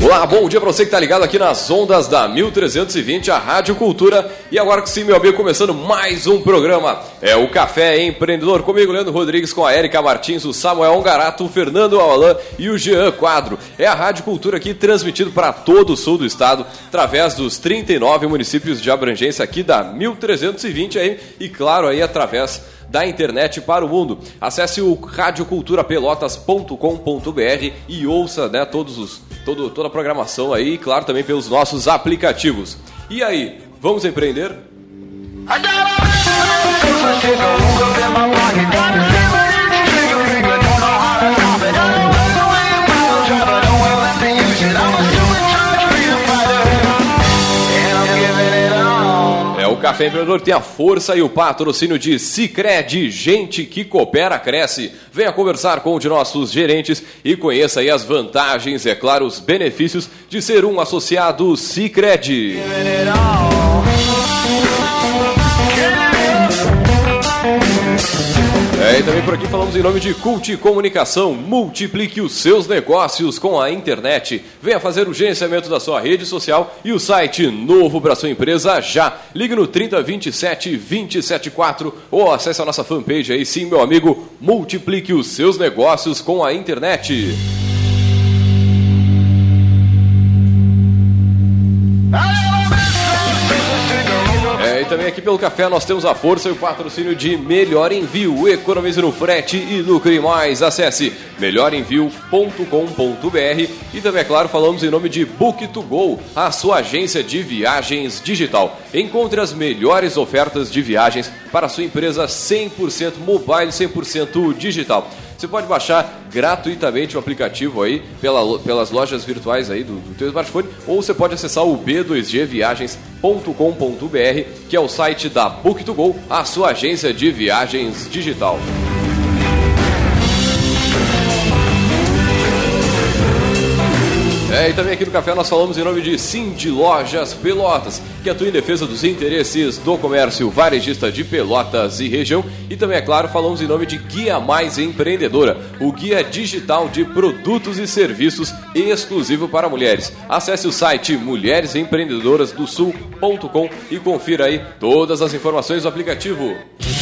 Olá, bom dia para você que está ligado aqui nas ondas da 1320, a Rádio Cultura. E agora que sim, meu amigo, começando mais um programa. É o Café Empreendedor, comigo, Leandro Rodrigues, com a Érica Martins, o Samuel Ongarato, o Fernando Alain e o Jean Quadro. É a Rádio Cultura aqui, transmitido para todo o sul do estado, através dos 39 municípios de abrangência aqui da 1320 aí, e claro, aí através da internet para o mundo. Acesse o radioculturapelotas.com.br e ouça, né, toda a programação aí, e claro, também pelos nossos aplicativos. E aí, vamos empreender? O Café Empreendedor tem a força e o patrocínio de Sicredi, gente que coopera, cresce. Venha conversar com um de nossos gerentes e conheça aí as vantagens, é claro, os benefícios de ser um associado Sicredi. E também por aqui falamos em nome de Cult Comunicação. Multiplique os seus negócios com a internet. Venha fazer o gerenciamento da sua rede social e o site novo para sua empresa já. Ligue no 3027-274 ou acesse a nossa fanpage aí. Sim, meu amigo, multiplique os seus negócios com a internet. E também aqui pelo café nós temos a força e o patrocínio de Melhor Envio. Economize no frete e lucre mais. Acesse melhorenvio.com.br. E também, é claro, falamos em nome de Book2Go, a sua agência de viagens digital. Encontre as melhores ofertas de viagens para a sua empresa 100% mobile, 100% digital. Você pode baixar gratuitamente o aplicativo aí pelas lojas virtuais aí do teu smartphone, ou você pode acessar o b2gviagens.com.br, que é o site da Book2Go, a sua agência de viagens digital. E também aqui no Café nós falamos em nome de Cindy Lojas Pelotas, que atua em defesa dos interesses do comércio varejista de Pelotas e região. E também, é claro, falamos em nome de Guia Mais Empreendedora, o guia digital de produtos e serviços exclusivo para mulheres. Acesse o site mulheresempreendedorasdosul.com e confira aí todas as informações do aplicativo.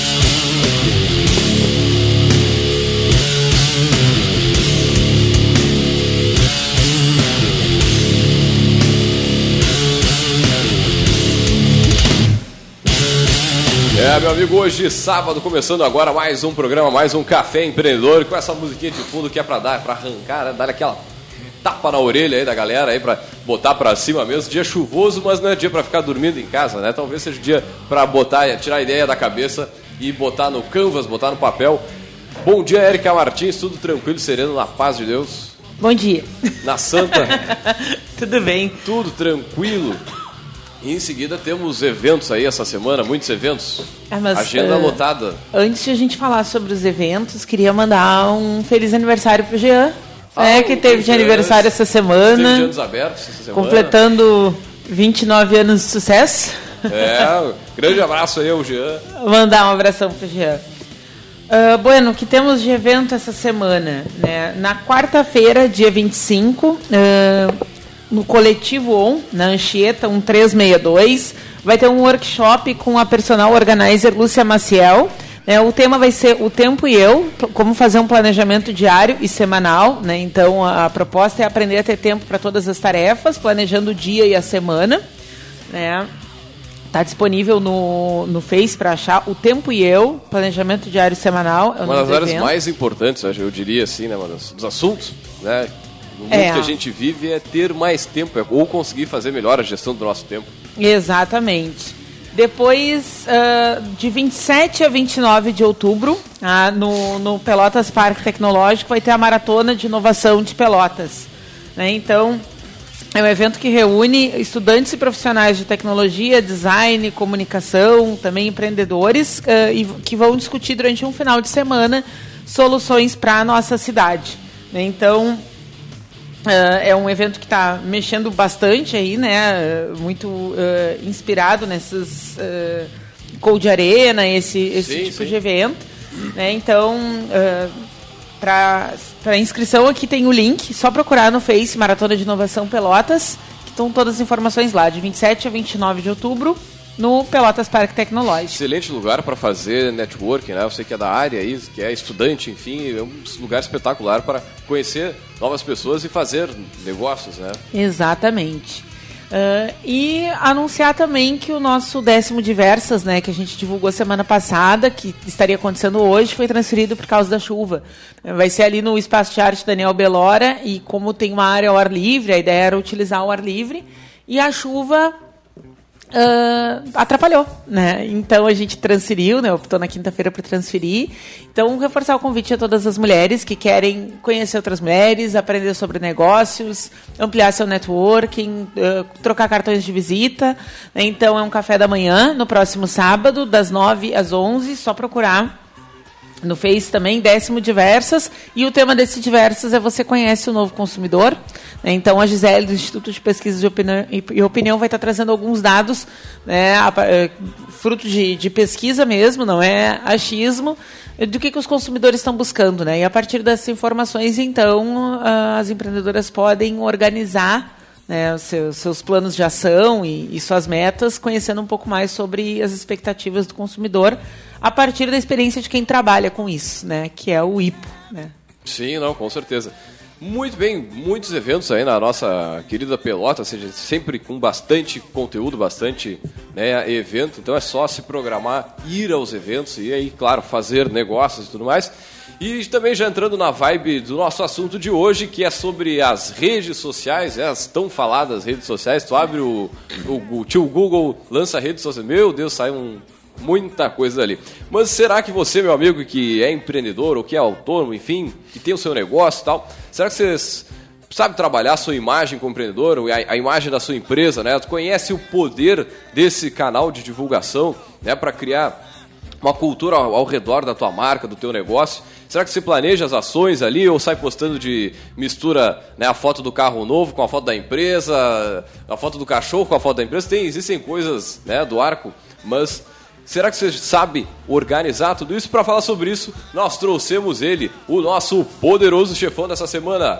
Meu amigo, hoje, sábado, começando agora mais um programa, mais um Café Empreendedor, com essa musiquinha de fundo que é pra arrancar, né, dar aquela tapa na orelha aí da galera, aí pra botar pra cima mesmo. Dia chuvoso, mas não é dia pra ficar dormindo em casa, né? Talvez seja dia pra tirar a ideia da cabeça e botar no canvas, botar no papel. Bom dia, Érica Martins, tudo tranquilo, sereno, na paz de Deus? Bom dia. Na Santa? Tudo bem. Tudo tranquilo. E em seguida temos eventos aí essa semana, muitos eventos. Agenda lotada. Antes de a gente falar sobre os eventos, queria mandar um feliz aniversário pro Jean. Que teve de aniversário essa semana. Teve de anos abertos essa semana. Completando 29 anos de sucesso. Grande abraço aí ao Jean. Mandar um abração pro Jean. Bueno, o que temos de evento essa semana? Né? Na quarta-feira, dia 25... no Coletivo ON, na Anchieta 1362, vai ter um workshop com a personal organizer Lúcia Maciel. O tema vai ser O Tempo e Eu, como fazer um planejamento diário e semanal. Né? Então, a proposta é aprender a ter tempo para todas as tarefas, planejando o dia e a semana. Está disponível no Face para achar O Tempo e Eu, planejamento diário e semanal. Uma das áreas mais importantes, eu diria assim, né, dos assuntos, né? No mundo que a gente vive é ter mais tempo, ou conseguir fazer melhor a gestão do nosso tempo. Exatamente. Depois, de 27 a 29 de outubro, no Pelotas Parque Tecnológico, vai ter a Maratona de Inovação de Pelotas. Então, é um evento que reúne estudantes e profissionais de tecnologia, design, comunicação, também empreendedores, que vão discutir durante um final de semana soluções para a nossa cidade. Então... é um evento que está mexendo bastante aí, né? Muito inspirado nesses Cold Arena, esse tipo de evento. Né? Então, para Para inscrição aqui tem o link, só procurar no Face Maratona de Inovação Pelotas, que estão todas as informações lá, de 27 a 29 de outubro, no Pelotas Parque Tecnológico. Excelente lugar para fazer networking, né? Você que é da área aí, que é estudante, enfim, é um lugar espetacular para conhecer novas pessoas e fazer negócios, né? Exatamente. E anunciar também que o nosso 10º Diversas, né, que a gente divulgou semana passada, que estaria acontecendo hoje, foi transferido por causa da chuva. Vai ser ali no Espaço de Arte Daniel Belora, e como tem uma área ao ar livre, a ideia era utilizar o ar livre, e a chuva atrapalhou, né? Então a gente transferiu, né? Optou na quinta-feira para transferir. Então, reforçar o convite a todas as mulheres que querem conhecer outras mulheres, aprender sobre negócios, ampliar seu networking, trocar cartões de visita. Então, é um café da manhã, no próximo sábado, das 9 às 11, só procurar no Face também, 10º Diversas, e o tema desse Diversas é Você Conhece o Novo Consumidor. Então, a Gisele, do Instituto de Pesquisa e Opinião, vai estar trazendo alguns dados, né, fruto de pesquisa mesmo, não é achismo, do que os consumidores estão buscando, né? E a partir dessas informações, então, as empreendedoras podem organizar, né, os seus planos de ação e suas metas, conhecendo um pouco mais sobre as expectativas do consumidor, a partir da experiência de quem trabalha com isso, né, que é o IPO, né? Sim, não, com certeza. Muito bem, muitos eventos aí na nossa querida Pelotas, seja, sempre com bastante conteúdo, bastante, né, evento, então é só se programar, ir aos eventos e aí, claro, fazer negócios e tudo mais. E também já entrando na vibe do nosso assunto de hoje, que é sobre as redes sociais, as tão faladas redes sociais. Tu abre o tio Google, lança redes sociais, meu Deus, sai muita coisa ali. Mas será que você, meu amigo, que é empreendedor ou que é autônomo, enfim, que tem o seu negócio e tal, será que você sabe trabalhar a sua imagem como empreendedor, a imagem da sua empresa, né? Tu conhece o poder desse canal de divulgação, né, para criar uma cultura ao redor da tua marca, do teu negócio? Será que você planeja as ações ali ou sai postando mistura, né, a foto do carro novo com a foto da empresa, a foto do cachorro com a foto da empresa? Existem coisas, né, do arco, mas será que você sabe organizar tudo isso? Para falar sobre isso, nós trouxemos ele, o nosso poderoso chefão dessa semana.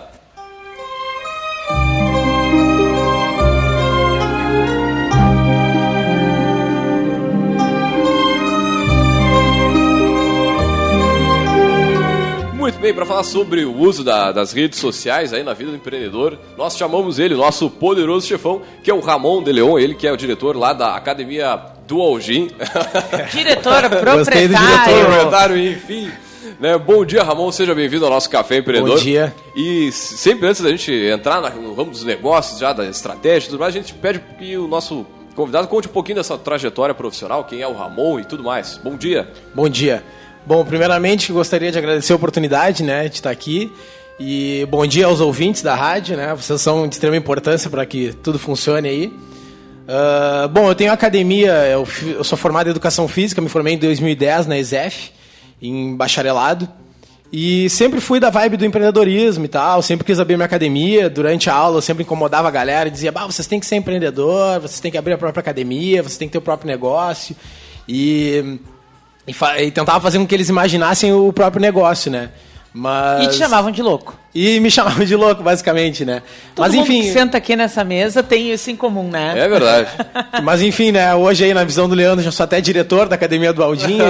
Muito bem, para falar sobre o uso das redes sociais aí na vida do empreendedor, nós chamamos ele, o nosso poderoso chefão, que é o Ramon de Leon, ele que é o diretor lá da Academia Dual Gym. Diretor, proprietário, enfim. Né? Bom dia, Ramon, seja bem-vindo ao nosso Café Empreendedor. Bom dia. E sempre antes da gente entrar no ramo dos negócios, já da estratégia e tudo mais, a gente pede que o nosso convidado conte um pouquinho dessa trajetória profissional, quem é o Ramon e tudo mais. Bom dia. Bom dia. Bom, primeiramente gostaria de agradecer a oportunidade, né, de estar aqui. E bom dia aos ouvintes da rádio, né? Vocês são de extrema importância para que tudo funcione aí. Bom, eu tenho academia, eu sou formado em Educação Física, me formei em 2010 na ESEF, em bacharelado. E sempre fui da vibe do empreendedorismo e tal, sempre quis abrir minha academia. Durante a aula eu sempre incomodava a galera e dizia, vocês têm que ser empreendedor, vocês têm que abrir a própria academia, vocês têm que ter o próprio negócio. E tentava fazer com que eles imaginassem o próprio negócio, né? E te chamavam de louco. E me chamavam de louco, basicamente, né? Mas enfim, mundo que senta aqui nessa mesa tem isso em comum, né? É verdade. Mas enfim, né? Hoje aí na visão do Leandro, já sou até diretor da Academia do Aldinho.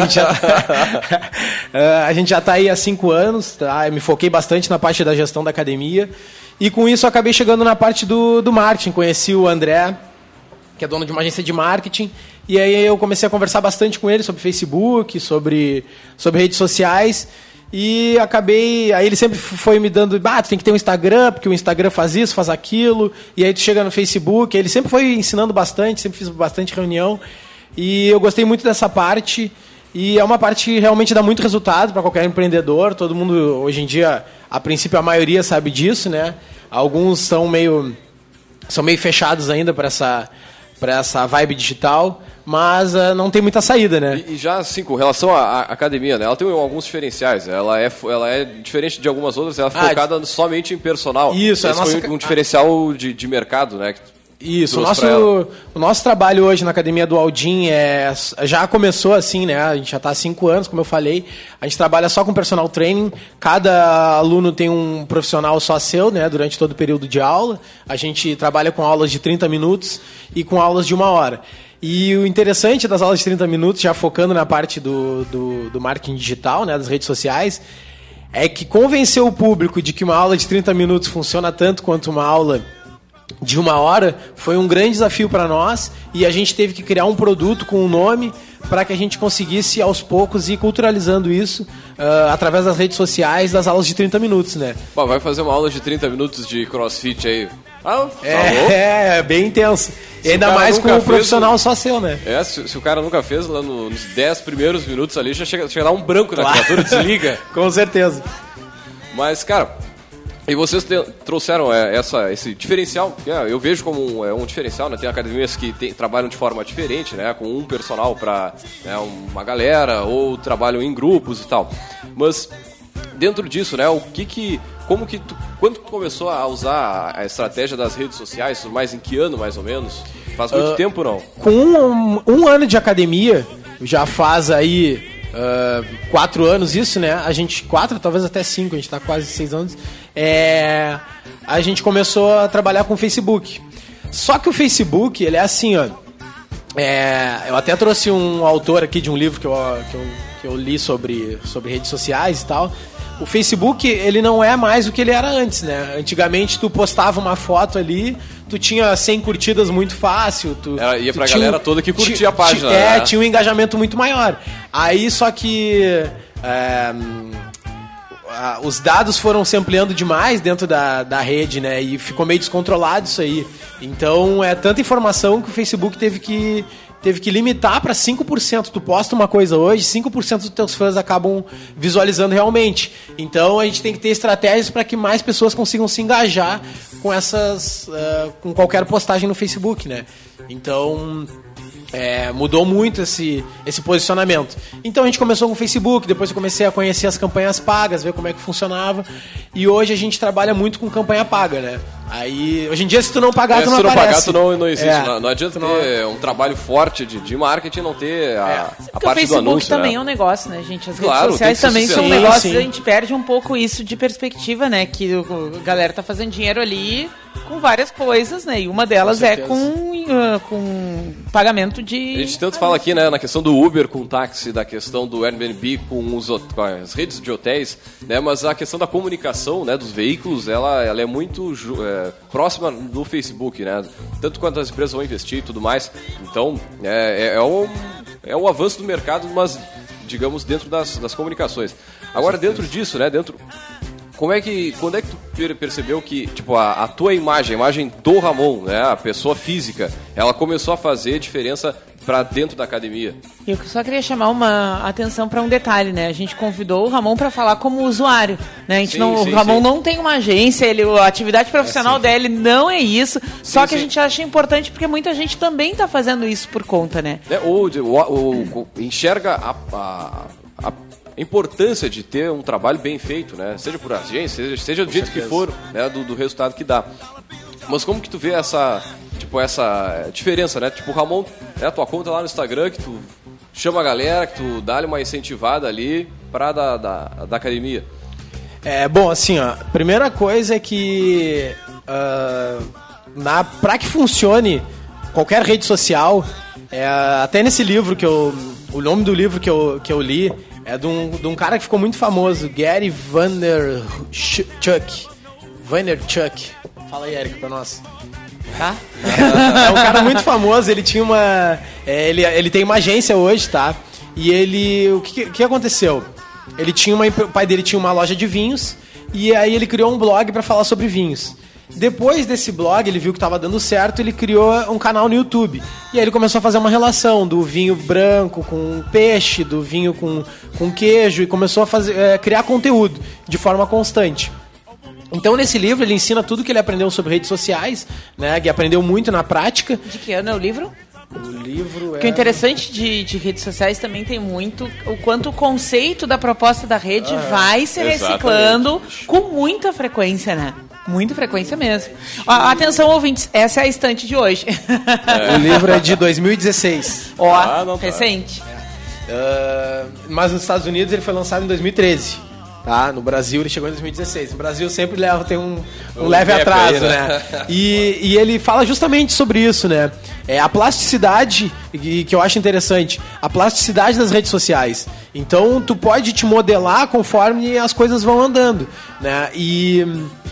A gente já tá aí há 5 anos, tá? Eu me foquei bastante na parte da gestão da academia. E com isso eu acabei chegando na parte do marketing. Conheci o André, que é dono de uma agência de marketing. E aí eu comecei a conversar bastante com ele sobre Facebook, sobre redes sociais. E acabei... Aí ele sempre foi me dando... tu tem que ter um Instagram, porque o Instagram faz isso, faz aquilo. E aí tu chega no Facebook. Ele sempre foi ensinando bastante, sempre fiz bastante reunião. E eu gostei muito dessa parte. E é uma parte que realmente dá muito resultado para qualquer empreendedor. Todo mundo, hoje em dia, a princípio, a maioria sabe disso, né? Alguns são meio fechados ainda para essa vibe digital. Mas não tem muita saída, né? E já, assim, com relação à academia, né? Ela tem alguns diferenciais. Ela é diferente de algumas outras, ela é focada somente em personal. Isso, esse foi um diferencial de mercado, né? Isso, o nosso trabalho hoje na Academia do Aldim já começou assim, né? A gente já está há 5 anos, como eu falei. A gente trabalha só com personal training. Cada aluno tem um profissional só seu, né? Durante todo o período de aula. A gente trabalha com aulas de 30 minutos e com aulas de 1 hora. E o interessante das aulas de 30 minutos, já focando na parte do marketing digital, né? Das redes sociais, é que convencer o público de que uma aula de 30 minutos funciona tanto quanto uma aula de 1 hora foi um grande desafio para nós, e a gente teve que criar um produto com um nome para que a gente conseguisse aos poucos ir culturalizando isso através das redes sociais, das aulas de 30 minutos, né? Bom, vai fazer uma aula de 30 minutos de CrossFit aí. É bem intenso. E ainda mais com um profissional só seu, né? Se o cara nunca fez, lá nos 10 primeiros minutos ali, já chega a dar um branco na criatura, desliga. Com certeza. Mas, cara, e vocês trouxeram esse diferencial, eu vejo como um diferencial, né? Tem academias que trabalham de forma diferente, né? Com um personal para uma galera, ou trabalham em grupos e tal. Mas dentro disso, né? Quando tu começou a usar a estratégia das redes sociais, mais em que ano, mais ou menos? Faz muito tempo, não? Com um ano de academia, já faz aí 4 anos isso, né? A gente, 4, talvez até 5, a gente tá quase 6 anos. A gente começou a trabalhar com o Facebook. Só que o Facebook, ele é assim, ó. Eu até trouxe um autor aqui de um livro que eu li sobre redes sociais e tal. O Facebook, ele não é mais o que ele era antes, né? Antigamente, tu postava uma foto ali, tu tinha 100 curtidas muito fácil. Ia pra galera toda que curtia a página, né? Tinha um engajamento muito maior. Aí, só que os dados foram se ampliando demais dentro da rede, né? E ficou meio descontrolado isso aí. Então, é tanta informação que o Facebook teve que limitar para 5%. Tu posta uma coisa hoje, 5% dos teus fãs acabam visualizando realmente. Então a gente tem que ter estratégias para que mais pessoas consigam se engajar com qualquer postagem no Facebook, né? Então mudou muito esse posicionamento. Então a gente começou com o Facebook, depois eu comecei a conhecer as campanhas pagas, ver como é que funcionava. E hoje a gente trabalha muito com campanha paga, né? Aí, hoje em dia, se tu não pagar, tu não aparece. Se tu não pagar, tu não existe. Não adianta ter um trabalho forte de marketing e não ter a parte do anúncio. O Facebook também é um negócio, né, gente? As redes sociais também são um negócio. A gente perde um pouco isso de perspectiva, né? Que a galera tá fazendo dinheiro ali com várias coisas, né? E uma delas é com pagamento de... A gente tanto fala aqui, né, na questão do Uber com táxi, da questão do Airbnb com as redes de hotéis, né? Mas a questão da comunicação, né, dos veículos, ela é muito próxima do Facebook, né? Tanto quanto as empresas vão investir e tudo mais. Então, é o avanço do mercado, mas, digamos, dentro das comunicações. Agora, dentro disso, né, quando é que tu percebeu que, tipo, a tua imagem, a imagem do Ramon, né, a pessoa física, ela começou a fazer diferença para dentro da academia? Eu só queria chamar uma atenção para um detalhe, né? A gente convidou o Ramon para falar como usuário, né? O Ramon não tem uma agência, a atividade profissional dele não é isso, só que a gente acha importante porque muita gente também está fazendo isso por conta, né? Enxerga a importância de ter um trabalho bem feito, né? Seja por agência, seja do jeito que for, né? Do resultado que dá. Mas como que tu vê essa diferença, né? Tipo, o Ramon, a tua conta lá no Instagram, que tu chama a galera, que tu dá-lhe uma incentivada ali pra da academia. Bom, assim, ó, a primeira coisa é que pra que funcione qualquer rede social, até nesse livro o nome do livro que eu li é de um cara que ficou muito famoso, Gary Vaynerchuk. Fala aí, Érica, pra nós. Tá? É um cara muito famoso, ele tinha ele tem uma agência hoje, tá? E o que aconteceu? O pai dele tinha uma loja de vinhos, e aí ele criou um blog pra falar sobre vinhos. Depois desse blog, ele viu que estava dando certo, ele criou um canal no YouTube. E aí ele começou a fazer uma relação do vinho branco com peixe, do vinho com queijo, e começou a criar conteúdo de forma constante. Então, nesse livro, ele ensina tudo que ele aprendeu sobre redes sociais, né? Que aprendeu muito na prática. De que ano é o livro? O livro. Porque o interessante de redes sociais também tem muito o quanto o conceito da proposta da rede vai se reciclando com muita frequência, né? Muita frequência mesmo. Atenção, ouvintes, essa é a estante de hoje. O livro é de 2016. Recente. Mas nos Estados Unidos ele foi lançado em 2013. Tá? No Brasil ele chegou em 2016. No Brasil sempre tem um leve atraso, né? E ele fala justamente sobre isso, né? A plasticidade, que eu acho interessante, a plasticidade das redes sociais. Então tu pode te modelar conforme as coisas vão andando, né? E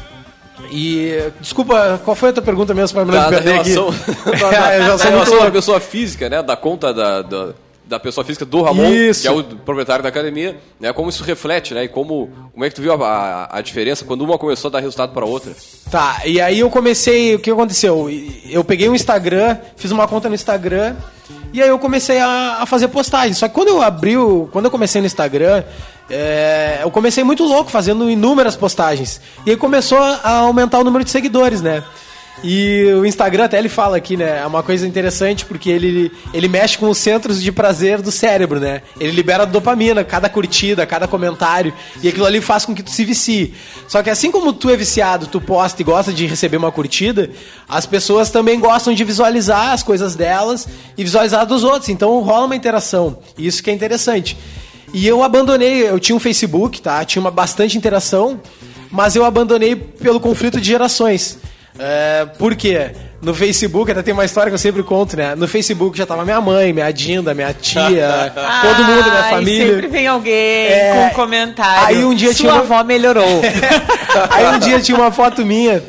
desculpa, qual foi a tua pergunta mesmo para me perder aqui? Da relação da pessoa física, né? Da conta da pessoa física do Ramon, que é o proprietário da academia, né? Como isso reflete, né? E como é que tu viu a diferença quando uma começou a dar resultado para outra? Tá, e aí eu comecei, o que aconteceu? Eu peguei um Instagram, fiz uma conta no Instagram, e aí eu comecei a fazer postagens. Só que quando eu comecei no Instagram, eu comecei muito louco, fazendo inúmeras postagens. E aí começou a aumentar o número de seguidores, né? E o Instagram, até ele fala aqui, né? É uma coisa interessante porque ele mexe com os centros de prazer do cérebro, né? Ele libera dopamina, cada curtida, cada comentário. E aquilo ali faz com que tu se vicie. Só que assim como tu é viciado, tu posta e gosta de receber uma curtida, as pessoas também gostam de visualizar as coisas delas e visualizar dos outros. Então rola uma interação. E isso que é interessante. E eu abandonei, eu tinha um Facebook, tá? Tinha bastante interação, mas eu abandonei pelo conflito de gerações. Por quê? No Facebook, até tem uma história que eu sempre conto, né? No Facebook já tava minha mãe, minha Dinda, minha tia, todo mundo, minha família. Sempre vem alguém com um comentário. Aí um dia Sua avó melhorou. Aí um dia tinha uma foto minha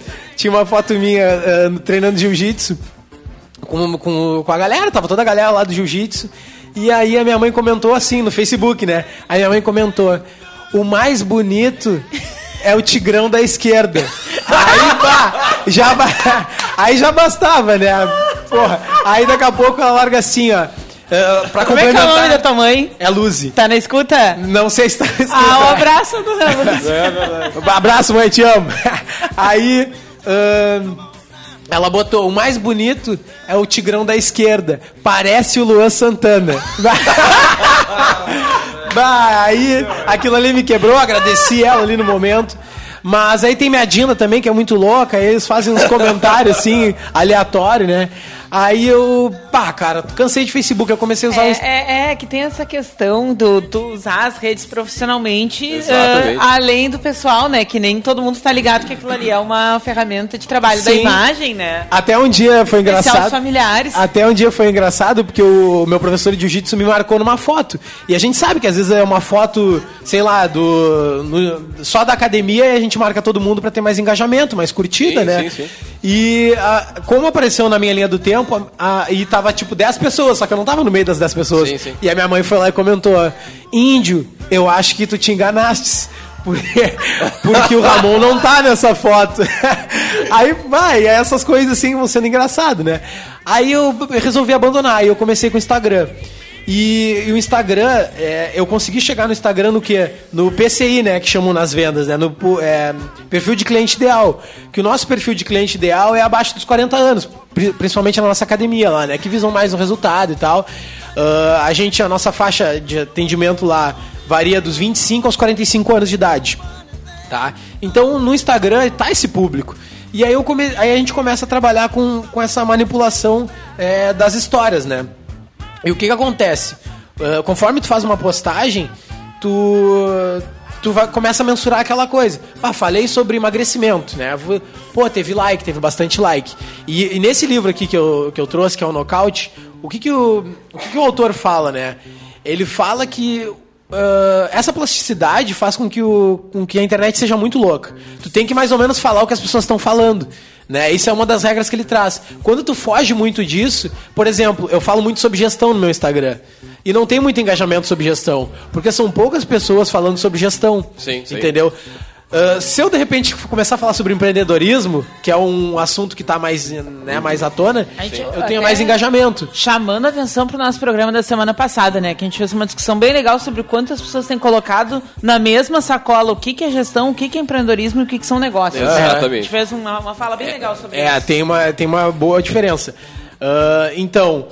treinando jiu-jitsu com a galera, tava toda a galera lá do jiu-jitsu. E aí a minha mãe comentou assim no Facebook, né? Aí minha mãe comentou: o mais bonito é o tigrão da esquerda. Aí já bastava, né? Porra. Aí daqui a pouco ela larga assim, ó. Como é que é o nome da tua mãe? É Luzi. Tá na escuta? Não sei se tá na escuta. Um abraço do Luzi. Abraço, mãe, te amo. Aí ela botou: o mais bonito é o tigrão da esquerda. Parece o Luan Santana. Aí aquilo ali me quebrou, agradeci ela ali no momento. Mas aí tem minha Dina também, que é muito louca, aí eles fazem uns comentários assim, aleatórios, né? Aí eu, cara, cansei de Facebook, eu comecei a usar que tem essa questão tu usar as redes profissionalmente, além do pessoal, né? Que nem todo mundo tá ligado que aquilo ali é uma ferramenta de trabalho da imagem, né? Até um dia foi engraçado. Familiares. Até um dia foi engraçado, porque o meu professor de jiu-jitsu me marcou numa foto. E a gente sabe que às vezes é uma foto, sei lá, só da academia, e a gente marca todo mundo pra ter mais engajamento, mais curtida, né? Sim. E como apareceu na minha linha do tempo, e tava tipo 10 pessoas, só que eu não tava no meio das 10 pessoas. Sim. E a minha mãe foi lá e comentou: índio, eu acho que tu te enganaste, porque o Ramon não tá nessa foto. Aí essas coisas assim vão sendo engraçado, né? Aí eu resolvi abandonar, aí eu comecei com o Instagram. E o Instagram, eu consegui chegar no Instagram no quê? No PCI, né? Que chamam nas vendas, né? No perfil de cliente ideal. Que o nosso perfil de cliente ideal é abaixo dos 40 anos. Principalmente na nossa academia lá, né? Que visam mais no resultado e tal. A nossa faixa de atendimento lá varia dos 25 aos 45 anos de idade. Tá? Então no Instagram tá esse público. E aí, aí a gente começa a trabalhar com essa manipulação das histórias, né? E o que acontece? Conforme tu faz uma postagem, tu começa a mensurar aquela coisa. Falei sobre emagrecimento, né? Teve like, teve bastante like. E nesse livro aqui que eu trouxe, que é o Nocaute, o que o autor fala, né? Ele fala que essa plasticidade faz com que a internet seja muito louca. Tu tem que mais ou menos falar o que as pessoas estão falando, né? Isso é uma das regras que ele traz. Quando tu foge muito disso, por exemplo, eu falo muito sobre gestão no meu Instagram e não tem muito engajamento sobre gestão, porque são poucas pessoas falando sobre gestão. Sim. Entendeu? Se eu de repente começar a falar sobre empreendedorismo, que é um assunto que está mais à tona, eu tenho mais engajamento. Chamando a atenção para o nosso programa da semana passada, né? Que a gente fez uma discussão bem legal sobre quantas pessoas têm colocado na mesma sacola o que é gestão, o que é empreendedorismo e o que são negócios. Exatamente. A gente fez uma fala bem legal sobre isso. Tem uma boa diferença. Então,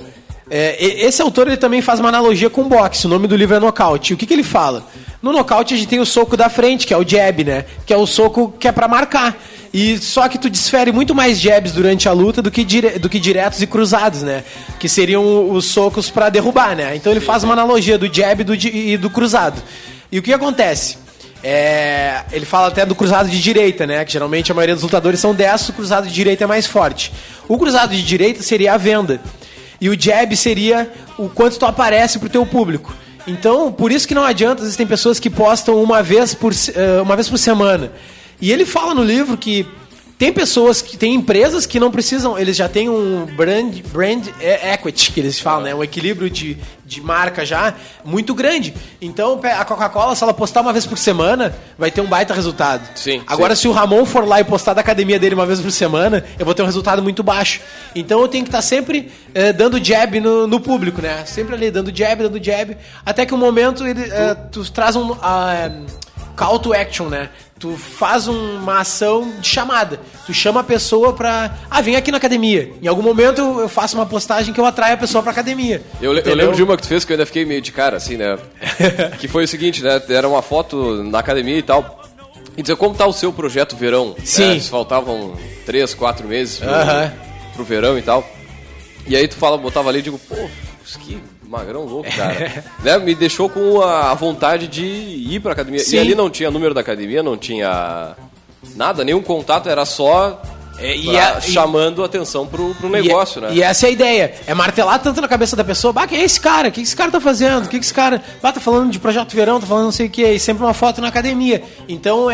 Esse autor ele também faz uma analogia com boxe. O nome do livro é Nocaute. E o que ele fala? No nocaute a gente tem o soco da frente, que é o jab, né? Que é o soco que é pra marcar. E só que tu desfere muito mais jabs durante a luta do que diretos e cruzados, né? Que seriam os socos pra derrubar, né? Então ele faz uma analogia do jab e do cruzado. E o que acontece? Ele fala até do cruzado de direita, né? Que geralmente a maioria dos lutadores são destros, o cruzado de direita é mais forte. O cruzado de direita seria a venda. E o jab seria o quanto tu aparece pro teu público. Então, por isso que não adianta, às vezes tem pessoas que postam uma vez por semana. E ele fala no livro que tem empresas que não precisam, eles já têm um brand equity, que eles falam, né? Um equilíbrio de marca já muito grande. Então, a Coca-Cola, se ela postar uma vez por semana, vai ter um baita resultado. Sim, agora, se o Ramon for lá e postar da academia dele uma vez por semana, eu vou ter um resultado muito baixo. Então, eu tenho que estar sempre dando jab no público, né? Sempre ali, dando jab, até que um momento tu traz um call to action, né? Tu faz uma ação de chamada. Tu chama a pessoa pra... vem aqui na academia. Em algum momento eu faço uma postagem que eu atraio a pessoa pra academia. Eu lembro de uma que tu fez que eu ainda fiquei meio de cara, assim, né? Que foi o seguinte, né? Era uma foto na academia e tal. E dizer, como tá o seu projeto verão? Sim. Faltavam 3, 4 meses pro verão e tal. E aí tu botava ali e digo, pô, que magrão louco, cara. Né? Me deixou com a vontade de ir pra academia. Sim. E ali não tinha número da academia, não tinha nada, nenhum contato, era só chamando atenção pro negócio, né? E essa é a ideia. É martelar tanto na cabeça da pessoa, quem é esse cara? O que esse cara tá fazendo? O que esse cara... tá falando de projeto verão, tá falando não sei o que, e sempre uma foto na academia. Então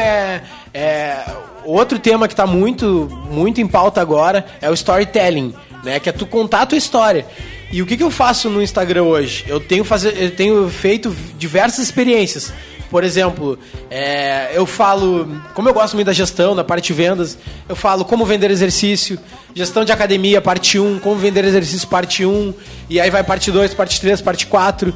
outro tema que tá muito, muito em pauta agora é o storytelling, né? Que é tu contar a tua história. E o que eu faço no Instagram hoje? Eu tenho feito diversas experiências. Por exemplo, eu falo, como eu gosto muito da gestão, da parte de vendas, eu falo como vender exercício, gestão de academia, parte 1, como vender exercício, parte 1, e aí vai parte 2, parte 3, parte 4,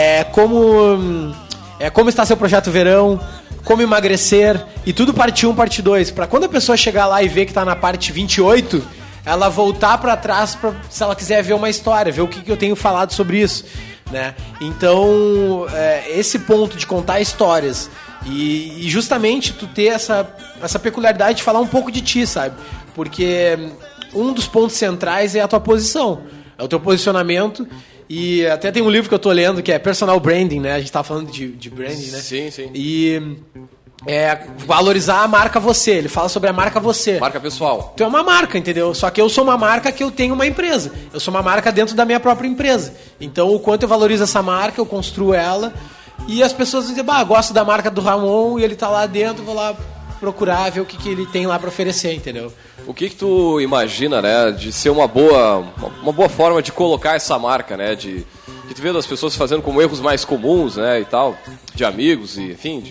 como está seu projeto verão, como emagrecer, e tudo parte 1, parte 2, para quando a pessoa chegar lá e ver que está na parte 28... ela voltar para trás se ela quiser ver uma história, ver o que eu tenho falado sobre isso, né? Então, esse ponto de contar histórias e justamente tu ter essa peculiaridade de falar um pouco de ti, sabe? Porque um dos pontos centrais é a tua posição, é o teu posicionamento. E até tem um livro que eu tô lendo que é Personal Branding, né? A gente tava falando de branding, né? Sim, sim. E... valorizar a marca você. Ele fala sobre a marca você. Marca pessoal. Tu é uma marca, entendeu? Só que eu sou uma marca que eu tenho uma empresa. Eu sou uma marca dentro da minha própria empresa. Então, o quanto eu valorizo essa marca, eu construo ela. E as pessoas dizem, gosto da marca do Ramon e ele tá lá dentro, vou lá procurar, ver o que ele tem lá pra oferecer, entendeu? O que tu imagina, né, de ser uma boa forma de colocar essa marca, né, que tu vê das pessoas fazendo como erros mais comuns, né, e tal, de amigos e enfim...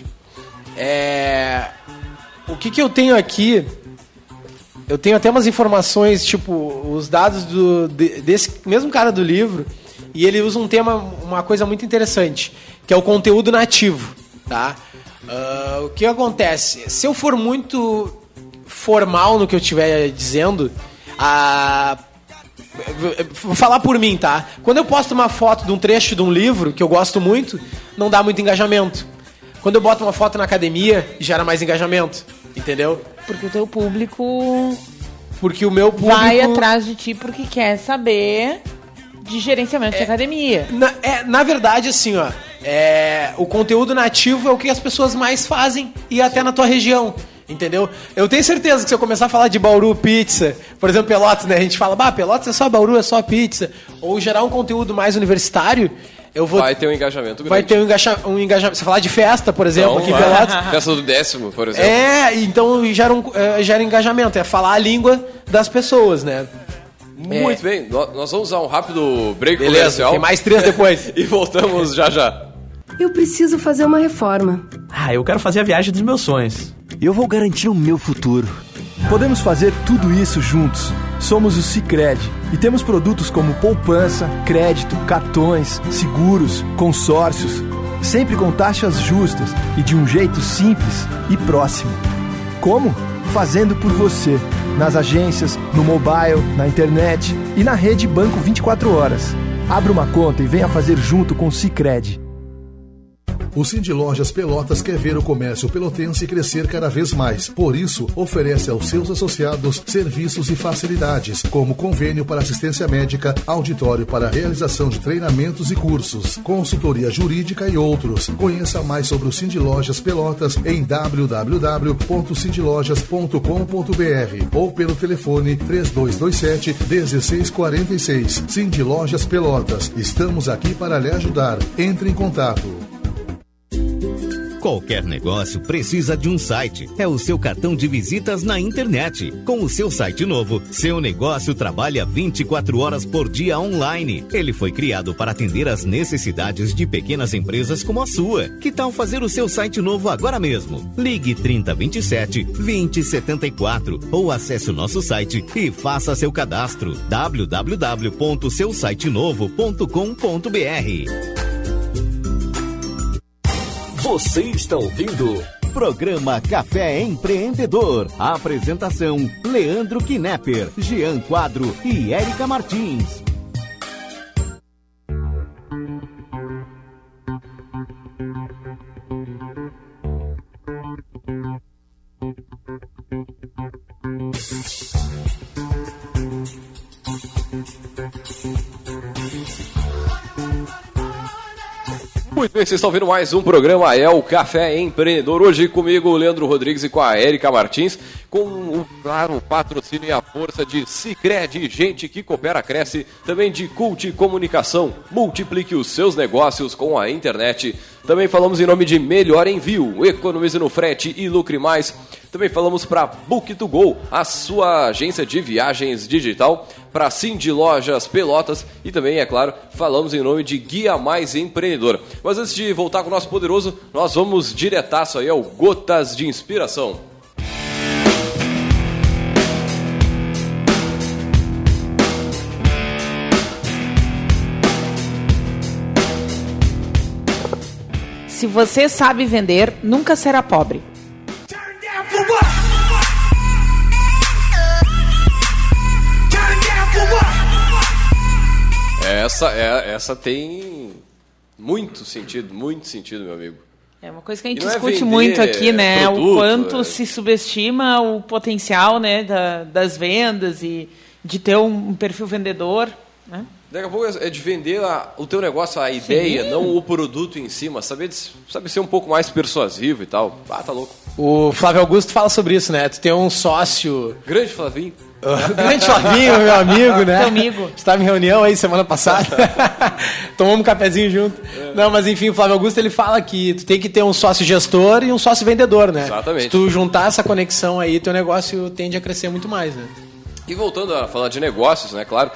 O que eu tenho aqui, eu tenho até umas informações, tipo, os dados desse mesmo cara do livro, e ele usa uma coisa muito interessante, que é o conteúdo nativo, tá? O que acontece? Se eu for muito formal no que eu estiver dizendo, vou falar por mim, tá? Quando eu posto uma foto de um trecho de um livro, que eu gosto muito, não dá muito engajamento. Quando eu boto uma foto na academia, gera mais engajamento, entendeu? Porque o teu público... Porque o meu público... vai atrás de ti porque quer saber de gerenciamento de academia. Na verdade, assim, o conteúdo nativo é o que as pessoas mais fazem e até na tua região, entendeu? Eu tenho certeza que se eu começar a falar de Bauru Pizza, por exemplo, Pelotas, né? A gente fala, Pelotas é só Bauru, é só pizza. Ou gerar um conteúdo mais universitário... Vai ter um engajamento grande. Vai ter um engajamento. Você falar de festa, por exemplo, então, aqui em Pelotas. Festa do 10º, por exemplo. Então gera engajamento. É falar a língua das pessoas, né? Muito bem. Nós vamos usar um rápido break comercial. Tem mais 3 depois. E voltamos já. Eu preciso fazer uma reforma. Eu quero fazer a viagem dos meus sonhos. Eu vou garantir o meu futuro. Podemos fazer tudo isso juntos. Somos o Sicredi e temos produtos como poupança, crédito, cartões, seguros, consórcios, sempre com taxas justas e de um jeito simples e próximo. Como? Fazendo por você, nas agências, no mobile, na internet e na rede Banco 24 Horas. Abra uma conta e venha fazer junto com o Sicredi. O Cindy Lojas Pelotas quer ver o comércio pelotense crescer cada vez mais. Por isso, oferece aos seus associados serviços e facilidades, como convênio para assistência médica, auditório para realização de treinamentos e cursos, consultoria jurídica e outros. Conheça mais sobre o Cindy Lojas Pelotas em www.cindylojas.com.br ou pelo telefone 3227-1646. Cindy Lojas Pelotas. Estamos aqui para lhe ajudar. Entre em contato. Qualquer negócio precisa de um site. É o seu cartão de visitas na internet. Com o seu site novo, seu negócio trabalha 24 horas por dia online. Ele foi criado para atender às necessidades de pequenas empresas como a sua. Que tal fazer o seu site novo agora mesmo? Ligue 3027-2074 ou acesse o nosso site e faça seu cadastro. www.seusitenovo.com.br. Você está ouvindo Programa Café Empreendedor. Apresentação: Leandro Knepper, Jean Quadro e Érica Martins. Muito bem, vocês estão vendo mais um programa, é o Café Empreendedor. Hoje comigo, o Leandro Rodrigues e com a Érica Martins, com o claro patrocínio e a força de Sicredi, gente que coopera, cresce, também de Cult Comunicação. Multiplique os seus negócios com a internet. Também falamos em nome de Melhor Envio, economize no frete e lucre mais. Também falamos para Book2Go, a sua agência de viagens digital, para Cindy Lojas Pelotas e também, é claro, falamos em nome de Guia Mais Empreendedor. Mas antes de voltar com o nosso poderoso, nós vamos diretaço aí ao Gotas de Inspiração. Se você sabe vender, nunca será pobre. Essa tem muito sentido, meu amigo. É uma coisa que a gente discute muito aqui, né? Produto, o quanto se subestima o potencial, né, das vendas e de ter um perfil vendedor, né? Daqui a pouco é de vender o teu negócio, a ideia, sim, não o produto em cima. Sabe ser um pouco mais persuasivo e tal. Ah, tá louco. O Flávio Augusto fala sobre isso, né? Tu tem um sócio... Grande Flavinho. Grande Flavinho, meu amigo, né? Teu amigo. Estava em reunião aí semana passada. Tomamos um cafezinho junto. Não, mas enfim, o Flávio Augusto, ele fala que tu tem que ter um sócio gestor e um sócio vendedor, né? Exatamente. Se tu juntar essa conexão aí, teu negócio tende a crescer muito mais, né? E voltando a falar de negócios, né, claro,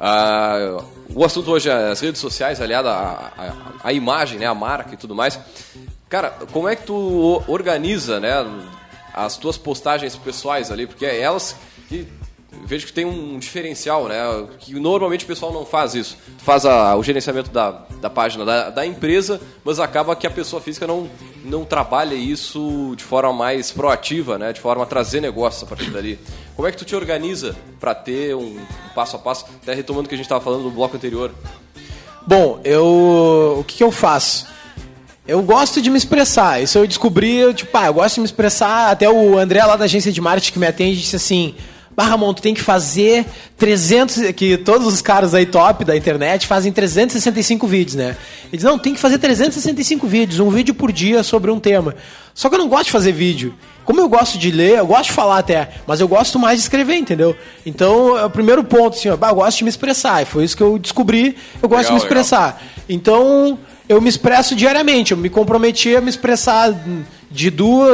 o assunto hoje é as redes sociais, aliado à imagem, né, a marca e tudo mais. Cara, como é que tu organiza, né, as tuas postagens pessoais ali? Porque é elas que vejo que tem um diferencial, né, que normalmente o pessoal não faz isso. Tu faz o gerenciamento da página da empresa, mas acaba que a pessoa física não trabalha isso de forma mais proativa, né, de forma a trazer negócios a partir dali. Como é que tu te organiza para ter um passo a passo, até retomando o que a gente estava falando no bloco anterior? Bom, o que eu faço? Eu gosto de me expressar. Isso eu descobri, eu gosto de me expressar. Até o André lá da agência de marketing que me atende disse assim: Ramon, tu tem que fazer 300... Que todos os caras aí top da internet fazem 365 vídeos, né? Ele diz, não, tem que fazer 365 vídeos, um vídeo por dia sobre um tema. Só que eu não gosto de fazer vídeo. Como eu gosto de ler, eu gosto de falar até, mas eu gosto mais de escrever, entendeu? Então, é o primeiro ponto, assim, eu gosto de me expressar. E foi isso que eu descobri, eu gosto de me expressar. Legal. Então, eu me expresso diariamente. Eu me comprometi a me expressar de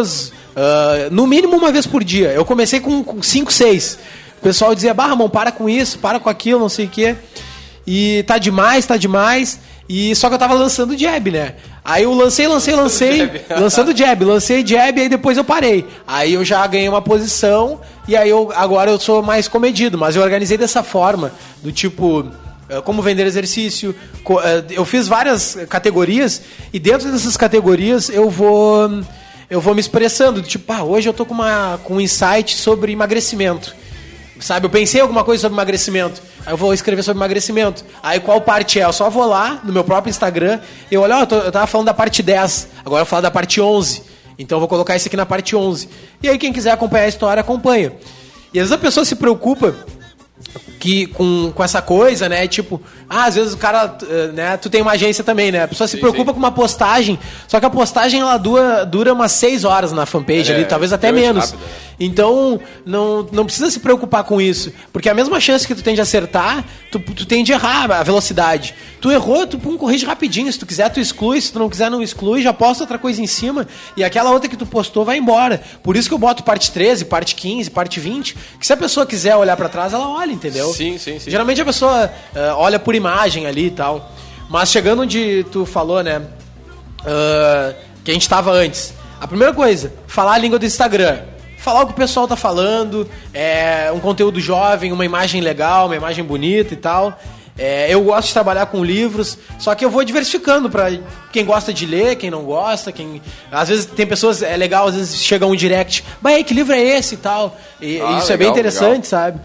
no mínimo uma vez por dia. Eu comecei com 5, 6. O pessoal dizia, Ramon, para com isso, para com aquilo, não sei o quê. E tá demais. E só que eu tava lançando jab, né? Aí eu lancei. Lançando jab, lancei jab, aí depois eu parei. Aí eu já ganhei uma posição, e aí agora eu sou mais comedido. Mas eu organizei dessa forma, do tipo... Como vender exercício. Eu fiz várias categorias, e dentro dessas categorias eu vou me expressando. Tipo, hoje eu tô com um insight sobre emagrecimento. Sabe, eu pensei em alguma coisa sobre emagrecimento. Aí eu vou escrever sobre emagrecimento. Aí qual parte é? Eu só vou lá no meu próprio Instagram e eu olho, eu tava falando da parte 10, agora eu vou falar da parte 11. Então eu vou colocar isso aqui na parte 11. E aí quem quiser acompanhar a história, acompanha. E às vezes a pessoa se preocupa com essa coisa, né? Tipo, às vezes o cara, né? Tu tem uma agência também, né? A pessoa se preocupa com uma postagem, só que a postagem ela dura umas 6 horas na fanpage ali, talvez até menos. Rápido, né? Então, não precisa se preocupar com isso, porque a mesma chance que tu tem de acertar, tu tem de errar a velocidade. Tu errou, tu corrige rapidinho. Se tu quiser, tu exclui. Se tu não quiser, não exclui. Já posta outra coisa em cima e aquela outra que tu postou vai embora. Por isso que eu boto parte 13, parte 15, parte 20, que se a pessoa quiser olhar pra trás, ela olha, entendeu? Sim. Geralmente a pessoa olha por imagem ali e tal. Mas chegando onde tu falou, né? Que a gente tava antes. A primeira coisa, falar a língua do Instagram. Falar o que o pessoal tá falando, um conteúdo jovem, uma imagem legal, uma imagem bonita e tal. Eu gosto de trabalhar com livros, só que eu vou diversificando pra quem gosta de ler, quem não gosta, às vezes tem pessoas, é legal, às vezes chega um direct, que livro é esse e tal. E isso legal, é bem interessante, legal. Sabe?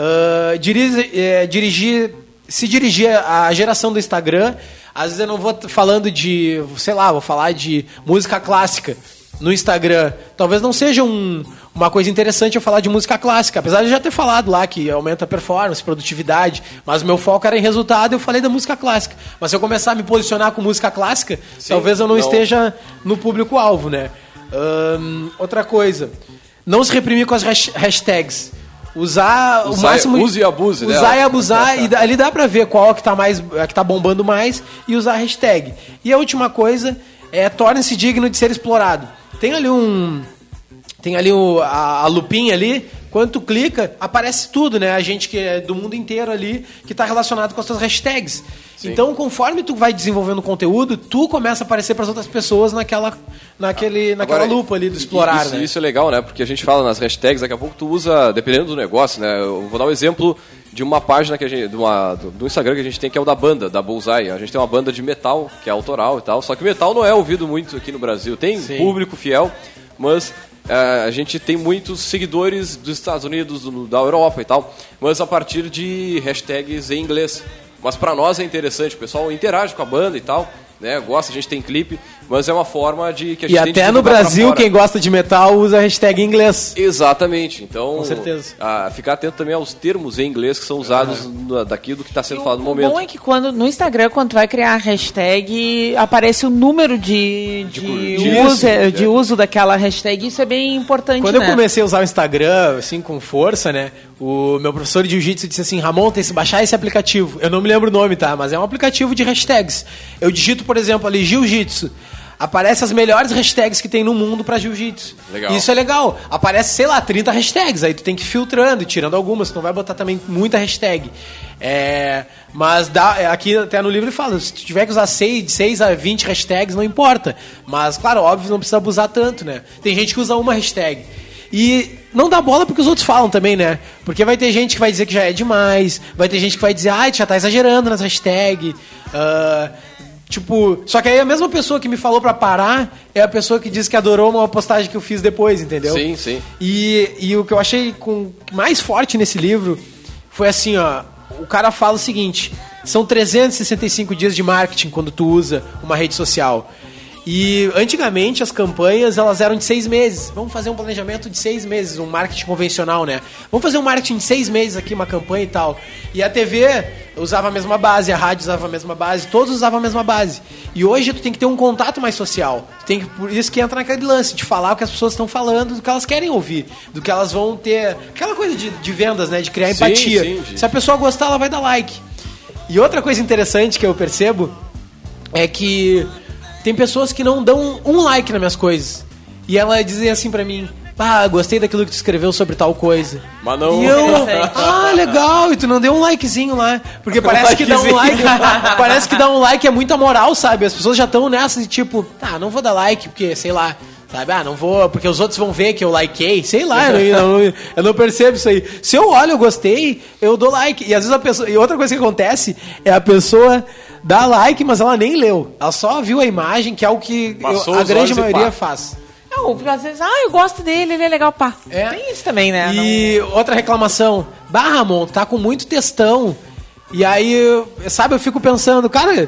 Se dirigir à geração do Instagram, às vezes eu não vou falando de, sei lá, vou falar de música clássica no Instagram. Talvez não seja uma coisa interessante eu falar de música clássica, apesar de já ter falado lá que aumenta a performance, produtividade, mas o meu foco era em resultado, eu falei da música clássica. Mas se eu começar a me posicionar com música clássica, talvez eu não esteja no público-alvo, né? Outra coisa, não se reprimir com as hashtags. Usar o máximo. Use e abuse, né? Usar e abusar, e ali dá pra ver qual que tá bombando mais e usar a hashtag. E a última coisa torne-se digno de ser explorado. Tem ali a lupinha ali, quando tu clica, aparece tudo, né? A gente que é do mundo inteiro ali, que tá relacionado com as tuas hashtags. Sim. Então, conforme tu vai desenvolvendo conteúdo, tu começa a aparecer para as outras pessoas naquela lupa ali do explorar, né? Isso é legal, né? Porque a gente fala nas hashtags, daqui a pouco tu usa, dependendo do negócio, né? Eu vou dar um exemplo de uma página que do Instagram que a gente tem, que é o da banda, da Bullseye. A gente tem uma banda de metal, que é autoral e tal, só que metal não é ouvido muito aqui no Brasil. Tem público fiel, mas a gente tem muitos seguidores dos Estados Unidos, da Europa e tal, mas a partir de hashtags em inglês. Mas pra nós é interessante, o pessoal interage com a banda e tal, né? Gosta, a gente tem clipe, mas é uma forma de que a gente tem de até no Brasil, quem gosta de metal usa a hashtag em inglês. Exatamente, então com certeza. Ficar atento também aos termos em inglês que são usados daquilo que está sendo falado no momento. O bom é que no Instagram, quando tu vai criar a hashtag, aparece o número de uso daquela hashtag, isso é bem importante. Quando eu comecei a usar o Instagram, assim, com força, né, o meu professor de jiu-jitsu disse assim, Ramon, tem que baixar esse aplicativo. Eu não me lembro o nome, tá, mas é um aplicativo de hashtags. Eu digito, por exemplo, ali, jiu-jitsu. Aparece as melhores hashtags que tem no mundo pra jiu-jitsu. Isso é legal. Aparece, sei lá, 30 hashtags. Aí tu tem que ir filtrando e tirando algumas. Tu não vai botar também muita hashtag. Mas aqui até no livro ele fala, se tu tiver que usar 6 a 20 hashtags, não importa. Mas, claro, óbvio, não precisa abusar tanto, né? Tem gente que usa uma hashtag. E não dá bola porque os outros falam também, né? Porque vai ter gente que vai dizer que já é demais. Vai ter gente que vai dizer, tu já tá exagerando nas hashtags. Só que aí a mesma pessoa que me falou pra parar é a pessoa que disse que adorou uma postagem que eu fiz depois, entendeu? Sim, sim. E o que eu achei mais forte nesse livro foi assim, ó, o cara fala o seguinte, são 365 dias de marketing quando tu usa uma rede social. E antigamente as campanhas elas eram de 6 meses. Vamos fazer um planejamento de 6 meses, um marketing convencional, né? Vamos fazer um marketing de 6 meses aqui, uma campanha e tal. E a TV usava a mesma base, a rádio usava a mesma base, todos usavam a mesma base. E hoje tu tem que ter um contato mais social. Por isso que entra naquele lance de falar o que as pessoas estão falando, do que elas querem ouvir, do que elas vão ter. Aquela coisa de vendas, né? De criar empatia. Sim. Se a pessoa gostar, ela vai dar like. E outra coisa interessante que eu percebo é que tem pessoas que não dão um like nas minhas coisas. E elas dizem assim pra mim, gostei daquilo que tu escreveu sobre tal coisa. Mas não... E eu, legal, e tu não deu um likezinho lá. Porque parece que dar um like... Parece que dar um like é muita moral, sabe? As pessoas já estão nessa de tipo, não vou dar like, porque, sei lá... Sabe? Não vou, porque os outros vão ver que eu likei, sei lá, eu não percebo isso aí. Se eu olho, eu gostei, eu dou like. E às vezes a pessoa. E outra coisa que acontece é a pessoa dá like, mas ela nem leu. Ela só viu a imagem, que é o que a grande maioria faz. Ou às vezes, eu gosto dele, ele é legal, pá. É. Tem isso também, né? E outra reclamação, Ramon, tá com muito textão. E aí, sabe, eu fico pensando, cara...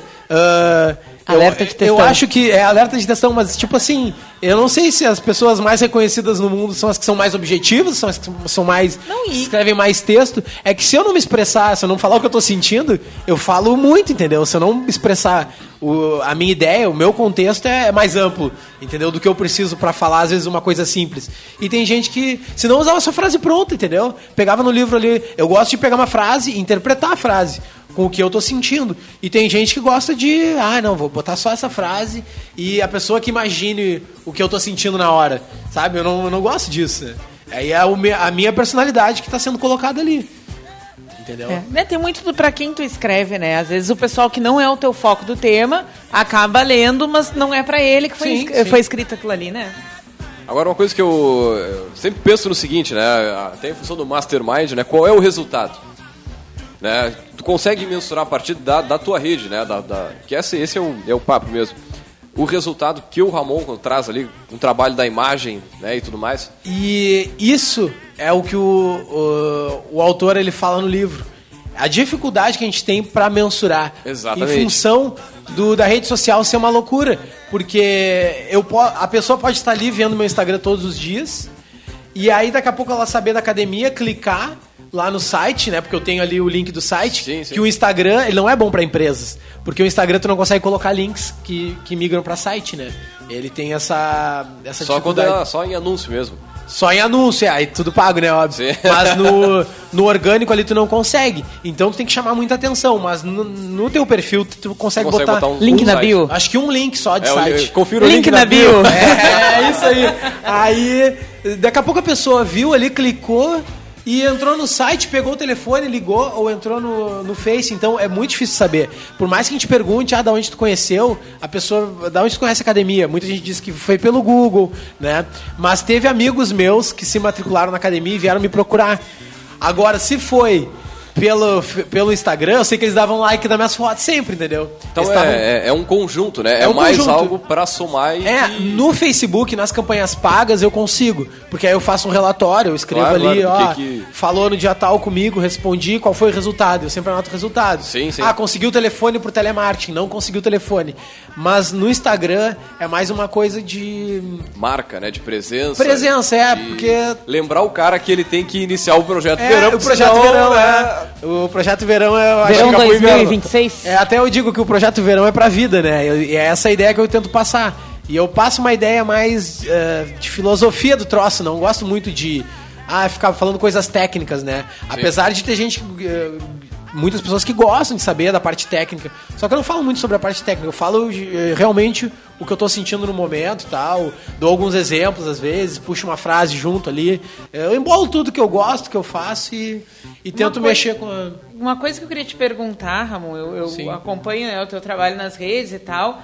Alerta de textão. Eu acho que é alerta de textão, mas tipo assim, eu não sei se as pessoas mais reconhecidas no mundo são as que são mais objetivas, são as que são mais... escrevem mais texto. É que se eu não me expressar, se eu não falar o que eu tô sentindo, eu falo muito, entendeu? Se eu não expressar a minha ideia, o meu contexto é mais amplo, entendeu? Do que eu preciso pra falar, às vezes, uma coisa simples. E tem gente que, se não usava sua frase pronta, entendeu? Pegava no livro ali, eu gosto de pegar uma frase e interpretar a frase com o que eu tô sentindo. E tem gente que gosta de, não, vou botar só essa frase e a pessoa que imagine o que eu tô sentindo na hora, sabe? Eu não gosto disso. Aí é a minha personalidade que tá sendo colocada ali. Entendeu? Tem muito pra quem tu escreve, né? Às vezes o pessoal que não é o teu foco do tema acaba lendo, mas não é pra ele que foi escrito aquilo ali, né? Agora, uma coisa que eu sempre penso no seguinte, né? Até em função do Mastermind, né? Qual é o resultado? Né? Tu consegue mensurar a partir da tua rede, né? Que esse é o papo mesmo. O resultado que o Ramon traz ali, um trabalho da imagem, né, e tudo mais. E isso é o que o autor ele fala no livro. A dificuldade que a gente tem para mensurar. Exatamente. Em função da rede social ser uma loucura. Porque a pessoa pode estar ali vendo meu Instagram todos os dias, e aí daqui a pouco ela saber da academia, clicar lá no site, né? Porque eu tenho ali o link do site. Sim. Que o Instagram, ele não é bom para empresas. Porque o Instagram tu não consegue colocar links que migram para site, né? Ele tem essa só dificuldade. Só em anúncio mesmo. Só em anúncio, aí tudo pago, né? Óbvio. Sim. Mas no orgânico ali tu não consegue. Então tu tem que chamar muita atenção. Mas no teu perfil tu consegue botar link na bio. Acho que um link só de site. Confira o link na bio. É isso aí. Aí daqui a pouco a pessoa viu ali, clicou e entrou no site, pegou o telefone, ligou ou entrou no Face. Então é muito difícil saber. Por mais que a gente pergunte, da onde tu conheceu, a pessoa, da onde tu conhece a academia? Muita gente diz que foi pelo Google, né? Mas teve amigos meus que se matricularam na academia e vieram me procurar. Agora, se foi pelo Instagram, eu sei que eles davam like nas minhas fotos sempre, entendeu? Então é um conjunto, né? É mais conjunto. Algo pra somar no Facebook, nas campanhas pagas, eu consigo. Porque aí eu faço um relatório, eu escrevo falou no dia tal comigo, respondi, qual foi o resultado? Eu sempre anoto o resultado. Sim. Conseguiu o telefone pro telemarketing, não conseguiu o telefone. Mas no Instagram é mais uma coisa de... marca, né? De presença. Porque... lembrar o cara que ele tem que iniciar o Projeto Verão. O Projeto Verão, O Projeto Verão é... Verão 2026. Até eu digo que o Projeto Verão é pra vida, né? E é essa ideia que eu tento passar. E eu passo uma ideia mais de filosofia do troço. Não gosto muito de ficar falando coisas técnicas, né? Sim. Apesar de ter gente... muitas pessoas que gostam de saber da parte técnica. Só que eu não falo muito sobre a parte técnica. Eu falo realmente o que eu tô sentindo no momento e tal. Dou alguns exemplos às vezes, puxo uma frase junto ali. Eu embolo tudo que eu gosto, que eu faço e tento mexer com a... Uma coisa que eu queria te perguntar, Ramon, eu acompanho, né, o teu trabalho nas redes e tal.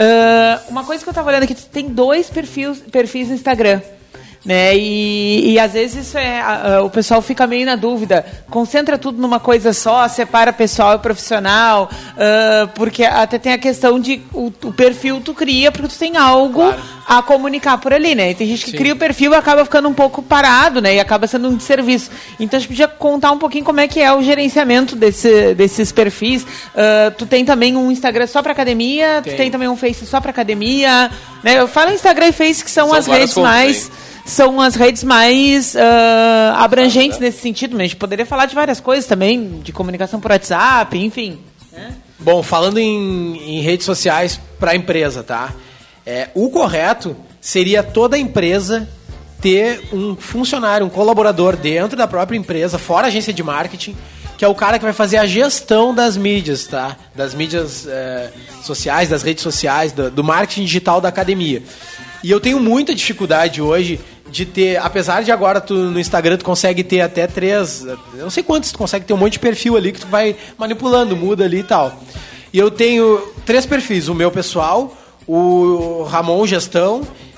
Uma coisa que eu tava olhando aqui, tu tem 2 perfis no Instagram. Né? E às vezes isso o pessoal fica meio na dúvida, concentra tudo numa coisa só, separa pessoal e profissional, porque até tem a questão de o perfil tu cria porque tu tem algo a comunicar por ali, né? E tem gente que cria o perfil e acaba ficando um pouco parado, né? E acaba sendo um desserviço. Então a gente podia contar um pouquinho como é que é o gerenciamento desses perfis. Tu tem também um Instagram só pra academia, tu tem também um Face só pra academia, né? Eu falo Instagram e Face que são as redes mais... São as redes mais abrangentes nesse sentido, mas a gente poderia falar de várias coisas também, de comunicação por WhatsApp, enfim. Né? Bom, falando em redes sociais para a empresa, tá? O correto seria toda empresa ter um funcionário, um colaborador dentro da própria empresa, fora a agência de marketing, que é o cara que vai fazer a gestão das mídias, tá? Das mídias sociais, das redes sociais, do marketing digital da academia. E eu tenho muita dificuldade hoje de ter, apesar de agora no Instagram tu consegue ter até 3, eu não sei quantos, tu consegue ter um monte de perfil ali que tu vai manipulando, muda ali e tal. E eu tenho 3 perfis, o meu pessoal, o Ramon Gestão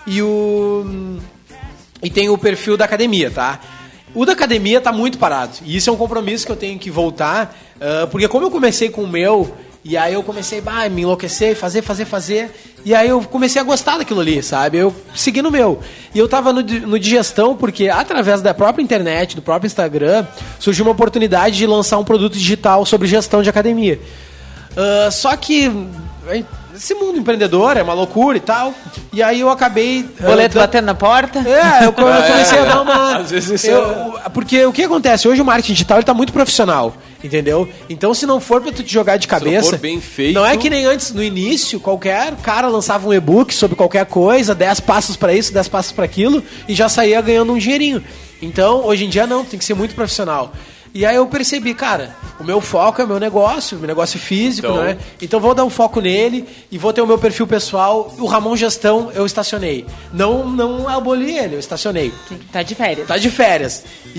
e tem o perfil da academia, tá? O da academia tá muito parado, e isso é um compromisso que eu tenho que voltar, porque como eu comecei com o meu... E aí eu comecei a me enlouquecer, fazer. E aí eu comecei a gostar daquilo ali, sabe? Eu segui no meu. E eu tava no de gestão porque, através da própria internet, do próprio Instagram, surgiu uma oportunidade de lançar um produto digital sobre gestão de academia. Só que esse mundo empreendedor é uma loucura e tal. E aí eu acabei... Boleto batendo na porta? Eu comecei a dar uma... Às vezes Porque o que acontece? Hoje o marketing digital ele tá muito profissional, entendeu? Então se não for pra tu te jogar de cabeça... Se não for bem feito... Não é que nem antes, no início, qualquer cara lançava um e-book sobre qualquer coisa, 10 passos pra isso, 10 passos pra aquilo, e já saía ganhando um dinheirinho. Então, hoje em dia não, tem que ser muito profissional. E aí eu percebi, cara, o meu foco é o meu negócio físico, então, né? Então vou dar um foco nele e vou ter o meu perfil pessoal. O Ramon Gestão eu estacionei. Não aboli ele, eu estacionei. Tá de férias. Tá de férias. E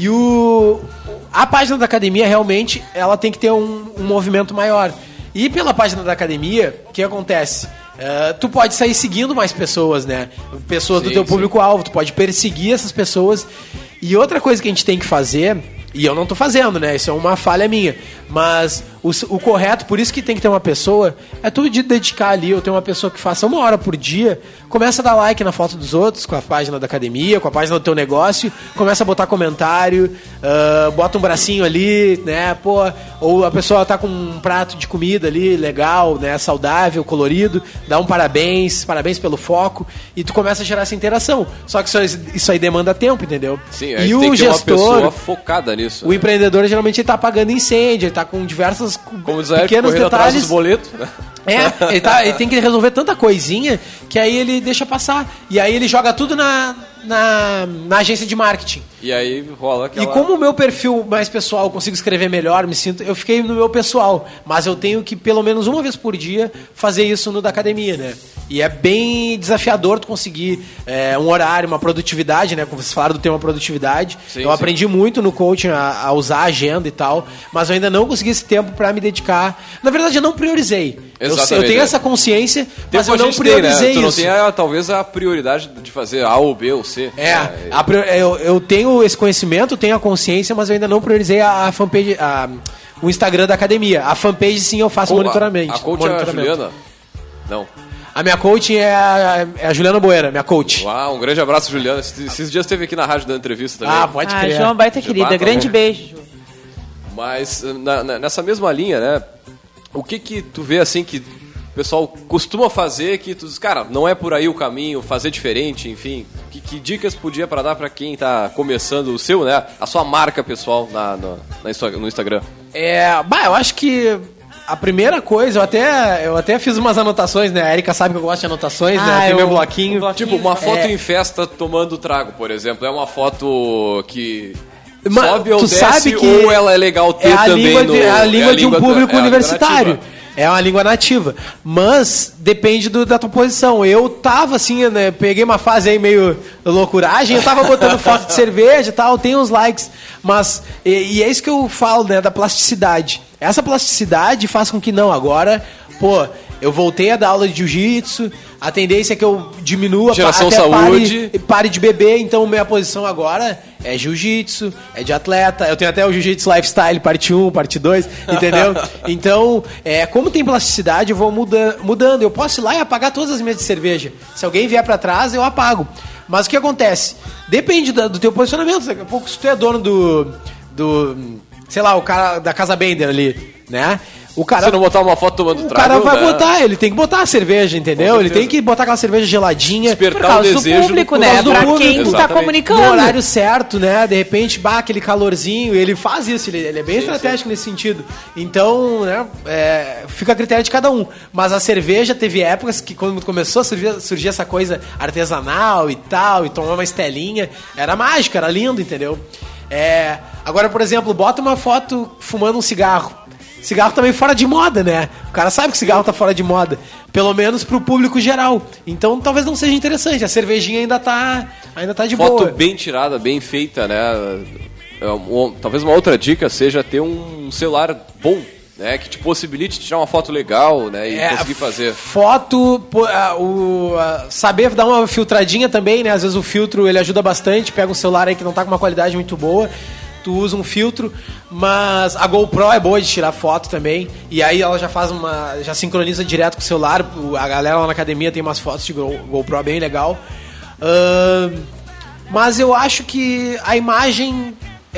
a página da academia, realmente, ela tem que ter um movimento maior. E pela página da academia, o que acontece? Tu pode sair seguindo mais pessoas, né? Pessoas do teu público-alvo, tu pode perseguir essas pessoas. E outra coisa que a gente tem que fazer... E eu não tô fazendo, né? Isso é uma falha minha. Mas o correto, por isso que tem que ter uma pessoa, é tu de dedicar ali, ou ter uma pessoa que faça 1 hora por dia, começa a dar like na foto dos outros, com a página da academia, com a página do teu negócio, começa a botar comentário, bota um bracinho ali, né? Pô, ou a pessoa tá com um prato de comida ali, legal, né? Saudável, colorido, dá um parabéns pelo foco, e tu começa a gerar essa interação. Só que isso aí demanda tempo, entendeu? Sim, e o tem que gestor, ter uma pessoa focada nisso. O empreendedor geralmente ele tá apagando incêndio, ele tá com diversos pequenos detalhes. Atrás dos boletos, né? Ele tem que resolver tanta coisinha que aí ele deixa passar. E aí ele joga tudo na agência de marketing. E aí rola aquela... E como o meu perfil mais pessoal eu consigo escrever melhor, eu fiquei no meu pessoal. Mas eu tenho que, pelo menos uma vez por dia, fazer isso no da academia, né? E é bem desafiador tu conseguir um horário, uma produtividade, né? Como vocês falaram do tema produtividade. Eu aprendi muito no coaching a usar a agenda e tal, mas eu ainda não consegui esse tempo pra me dedicar. Na verdade, eu não priorizei. Eu tenho essa consciência, mas eu não priorizei isso. Tu não isso. tem, talvez, a prioridade de fazer A ou B ou C. Eu tenho esse conhecimento, tenho a consciência, mas eu ainda não priorizei a fanpage, o Instagram da academia. A fanpage, sim, eu faço monitoramento. A coach é a Juliana? Não. A minha coach é a Juliana Boeira, minha coach. Uau, um grande abraço, Juliana. Esses dias esteve aqui na rádio dando entrevista também. Pode crer. João, baita querida. Grande beijo, Ju. Mas, nessa mesma linha, né? O que tu vê, assim, que o pessoal costuma fazer que tu diz, cara, não é por aí o caminho, fazer diferente, enfim. Que dicas podia para dar para quem tá começando o seu, né? A sua marca pessoal no Instagram? Eu acho que a primeira coisa, eu até fiz umas anotações, né? A Erika sabe que eu gosto de anotações, né? Tem meu bloquinho. Tipo, uma foto em festa tomando trago, por exemplo. É uma foto que... sobe ou desce, ou ela é legal ter também É a língua de um público universitário. É uma língua nativa. Mas depende da tua posição. Eu tava assim, né? Peguei uma fase aí meio loucuragem. Eu tava botando foto de cerveja e tal. Tem uns likes. Mas, e é isso que eu falo, né? Da plasticidade. Essa plasticidade faz com que agora, eu voltei a dar aula de jiu-jitsu, a tendência é que eu diminua, Geração até saúde. pare de beber, então minha posição agora é jiu-jitsu, é de atleta, eu tenho até o jiu-jitsu lifestyle, parte 1, parte 2, entendeu? Então, como tem plasticidade, eu vou mudando, eu posso ir lá e apagar todas as mesas de cerveja, se alguém vier pra trás, eu apago. Mas o que acontece? Depende do teu posicionamento, daqui a pouco se tu é dono do sei lá, o cara da Casa Bender ali, né? Se não botar uma foto tomando trago... O cara vai botar, ele tem que botar a cerveja, entendeu? Ele tem que botar aquela cerveja geladinha. Despertar o desejo do público, né? Pra quem tá comunicando. No horário certo, né? De repente, aquele calorzinho, ele faz isso, ele é bem estratégico nesse sentido. Então, né? Fica a critério de cada um. Mas a cerveja teve épocas que quando começou a surgir essa coisa artesanal e tal, e tomar uma estelinha, era mágico, era lindo, entendeu? Agora, por exemplo, bota uma foto fumando um cigarro. Cigarro tá meio fora de moda, né? O cara sabe que cigarro tá fora de moda. Pelo menos pro público geral. Então talvez não seja interessante. A cervejinha ainda tá de boa. Foto bem tirada, bem feita, né? Talvez uma outra dica seja ter um celular bom, né? Que te possibilite tirar uma foto legal, né? E conseguir fazer. Foto, saber dar uma filtradinha também, né? Às vezes o filtro ele ajuda bastante. Pega um celular aí que não tá com uma qualidade muito boa. tu usa um filtro, mas a GoPro é boa de tirar foto também, e aí ela já sincroniza direto com o celular. A galera lá na academia tem umas fotos de GoPro bem legal. Mas eu acho que a imagem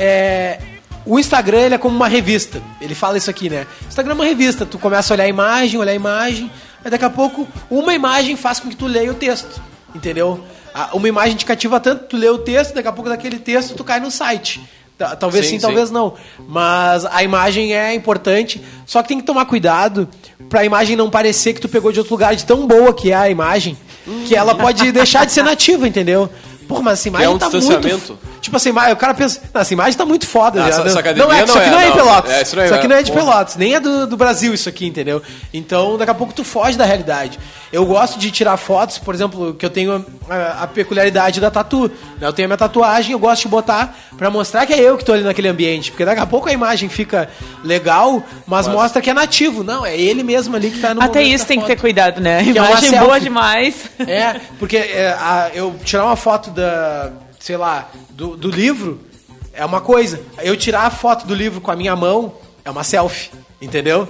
o Instagram, ele é como uma revista. Ele fala isso aqui, né? O Instagram é uma revista. Tu começa a olhar a imagem, aí daqui a pouco uma imagem faz com que tu leia o texto, entendeu? Uma imagem te cativa tanto, tu lê o texto, daqui a pouco daquele texto tu cai no site. Talvez sim, talvez não. Mas a imagem é importante, só que tem que tomar cuidado pra imagem não parecer que tu pegou de outro lugar, de tão boa que é a imagem, que ela pode deixar de ser nativa, entendeu? Porra, mas essa imagem tá muito... Tipo assim, o cara pensa, essa imagem tá muito foda. Essa academia isso aqui não é de Pelotas. Isso aqui não é de Pelotas, nem é do Brasil isso aqui, entendeu? Então, daqui a pouco tu foge da realidade. Eu gosto de tirar fotos, por exemplo, que eu tenho a peculiaridade da tatu. Eu tenho a minha tatuagem, eu gosto de botar pra mostrar que é eu que tô ali naquele ambiente. Porque daqui a pouco a imagem fica legal, mas mostra que é nativo. Não, é ele mesmo ali que tá no Até isso tem que ter cuidado, né? A imagem é boa demais. Porque eu tirar uma foto sei lá, do livro é uma coisa. Eu tirar a foto do livro com a minha mão é uma selfie, entendeu?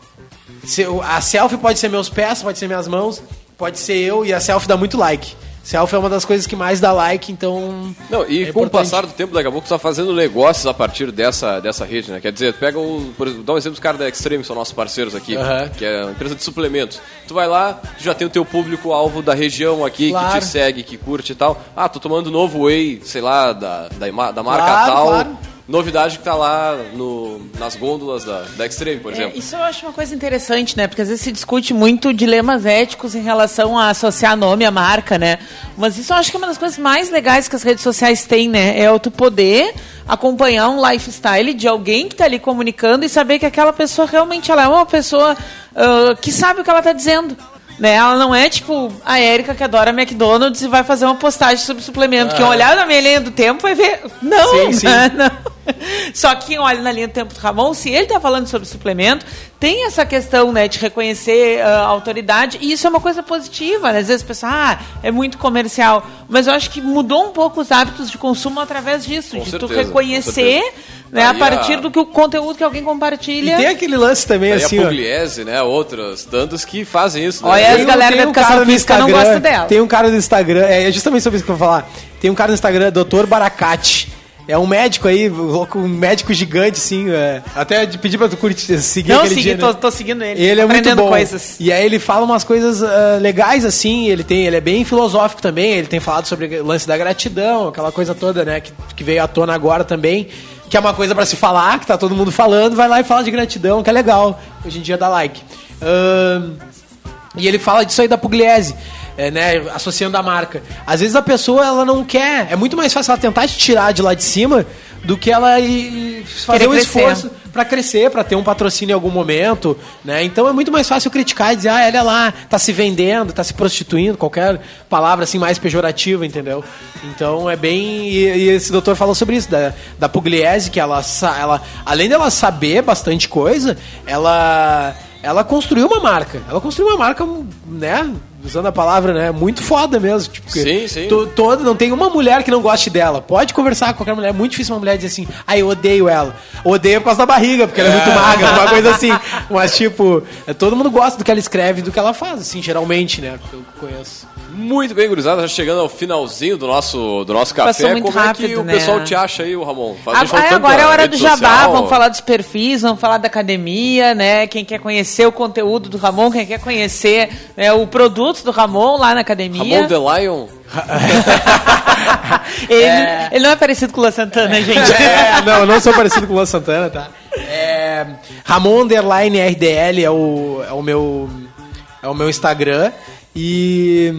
A selfie pode ser meus pés, pode ser minhas mãos, pode ser eu, e a selfie dá muito like. Selfie é uma das coisas que mais dá like, então... Não, e com o passar do tempo, daqui a pouco tu tá fazendo negócios a partir dessa rede, né? Quer dizer, dá um exemplo dos caras da Extreme, que são nossos parceiros aqui, que é uma empresa de suplementos. Tu vai lá, tu já tem o teu público-alvo da região aqui, que te segue, que curte e tal. Tô tomando novo whey, sei lá, da marca tal. Claro. Novidade que tá lá nas gôndolas da Extreme, por exemplo. Isso eu acho uma coisa interessante, né? Porque às vezes se discute muito dilemas éticos em relação a associar nome à marca, né? Mas isso eu acho que é uma das coisas mais legais que as redes sociais têm, né? É o tu poder acompanhar um lifestyle de alguém que tá ali comunicando e saber que aquela pessoa realmente ela é uma pessoa que sabe o que ela tá dizendo. Né? Ela não é tipo a Érica que adora McDonald's e vai fazer uma postagem sobre suplemento. Quem olhar na minha linha do tempo vai ver. Não, sim. Não. Só que quem olha na linha do tempo do Ramon, se ele está falando sobre suplemento, tem essa questão, né, de reconhecer a autoridade, e isso é uma coisa positiva, né? Às vezes a pessoa, é muito comercial, mas eu acho que mudou um pouco os hábitos de consumo através disso, de tu reconhecer, né, a partir do conteúdo que alguém compartilha. E tem aquele lance também, assim, a Pugliese, né, outros tantos que fazem isso. Né? Olha, as galera da educação física não gosta dela. Tem um cara do Instagram, é justamente sobre isso que eu vou falar, tem um cara no Instagram, Dr. Baracate. É um médico aí, um médico gigante, assim. Até pedi pra tu seguir aquele dia. Não, tô seguindo ele. Ele é muito bom. Coisas. E aí ele fala umas coisas legais, assim. Ele é bem filosófico também. Ele tem falado sobre o lance da gratidão, aquela coisa toda, né? Que veio à tona agora também. Que é uma coisa pra se falar, que tá todo mundo falando. Vai lá e fala de gratidão, que é legal. Hoje em dia dá like. E ele fala disso aí da Pugliese. Né, associando a marca. Às vezes a pessoa ela não quer. É muito mais fácil ela tentar te tirar de lá de cima do que ela fazer um esforço para crescer, para ter um patrocínio em algum momento, né? Então é muito mais fácil criticar e dizer, olha lá, tá se vendendo, tá se prostituindo, qualquer palavra assim mais pejorativa, entendeu? Então é bem... E esse doutor falou sobre isso, da Pugliese, que ela além dela saber bastante coisa, ela construiu uma marca. Ela construiu uma marca, né? Usando a palavra, né? Muito foda mesmo. Tipo, sim. Não tem uma mulher que não goste dela. Pode conversar com qualquer mulher. É muito difícil uma mulher dizer assim, eu odeio ela. Odeio por causa da barriga, porque ela é muito magra, uma coisa assim. Mas, tipo, todo mundo gosta do que ela escreve e do que ela faz, assim, geralmente, né? Que eu conheço. Muito bem, gurizada, já chegando ao finalzinho do nosso café. Passou muito Como rápido, é que o pessoal te acha aí, Ramon? Agora é a hora do jabá, vamos falar dos perfis, vamos falar da academia, né? Quem quer conhecer o conteúdo do Ramon, quem quer conhecer o produto do Ramon lá na academia. Ramon The Lion. Ele não é parecido com o Luan Santana, gente. Eu não sou parecido com o Luan Santana, tá? Ramon Underline RDL é o meu Instagram. E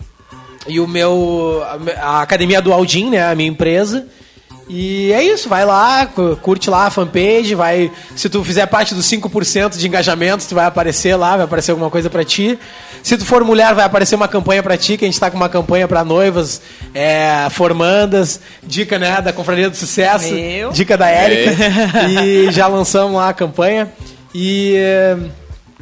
a academia do Aldin, né, a minha empresa. E é isso, vai lá, curte lá a fanpage, se tu fizer parte dos 5% de engajamentos, tu vai aparecer lá, vai aparecer alguma coisa pra ti. Se tu for mulher, vai aparecer uma campanha pra ti, que a gente tá com uma campanha pra noivas, formandas, dica, né, da Confraria do Sucesso, dica da Érica, e já lançamos lá a campanha.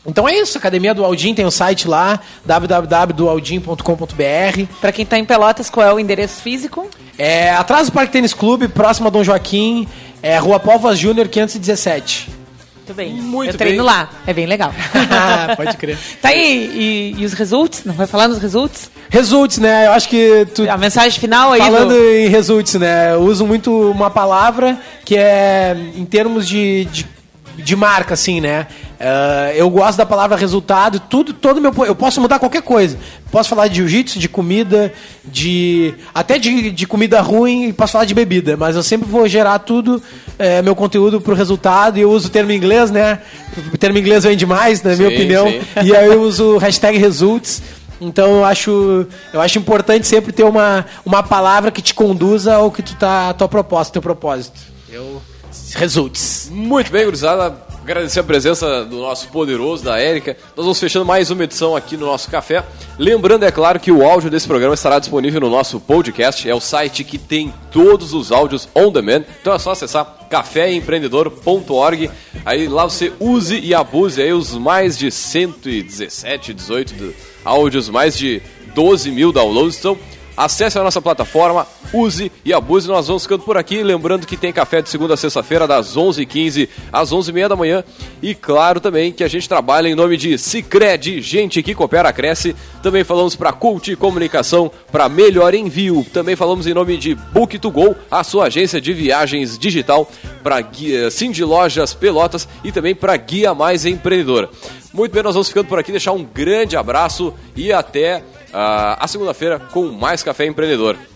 Então é isso, Academia do Aldin, tem o site lá, www.dualdin.com.br. Pra quem tá em Pelotas, qual é o endereço físico? É atrás do Parque Tênis Clube, próximo a Dom Joaquim, Rua Povas Júnior 517. Muito bem. Muito eu treino bem. lá, é bem legal. Pode crer. Tá aí, e os results? Não vai falar nos results? Results, né? Eu acho que tu... A mensagem final aí Falando em results, né? Eu uso muito uma palavra que é em termos de marca, assim, né? Eu gosto da palavra resultado, eu posso mudar qualquer coisa. Posso falar de jiu-jitsu, de comida, até de comida ruim, e posso falar de bebida, mas eu sempre vou gerar tudo, meu conteúdo pro resultado, e eu uso o termo em inglês, né? O termo em inglês vem demais, na minha opinião, e aí eu uso o #results. Então eu acho importante sempre ter uma palavra que te conduza ao que a tua proposta, teu propósito. Results. Muito bem, gurizada. Agradecer a presença do nosso poderoso, da Érica. Nós vamos fechando mais uma edição aqui no nosso café. Lembrando, é claro, que o áudio desse programa estará disponível no nosso podcast. É o site que tem todos os áudios on demand. Então é só acessar caféempreendedor.org. Aí lá você use e abuse aí os mais de 117, 18 áudios, mais de 12 mil downloads. Então acesse a nossa plataforma, use e abuse. Nós vamos ficando por aqui. Lembrando que tem café de segunda a sexta-feira, das 11h15 às 11h30 da manhã. E claro também que a gente trabalha em nome de Sicredi, gente que coopera, cresce. Também falamos para Cult Comunicação, para Melhor Envio. Também falamos em nome de Book2Go, a sua agência de viagens digital, para Cindy Lojas Pelotas e também para Guia Mais Empreendedor. Muito bem, nós vamos ficando por aqui. Deixar um grande abraço e até a segunda-feira com mais Café Empreendedor.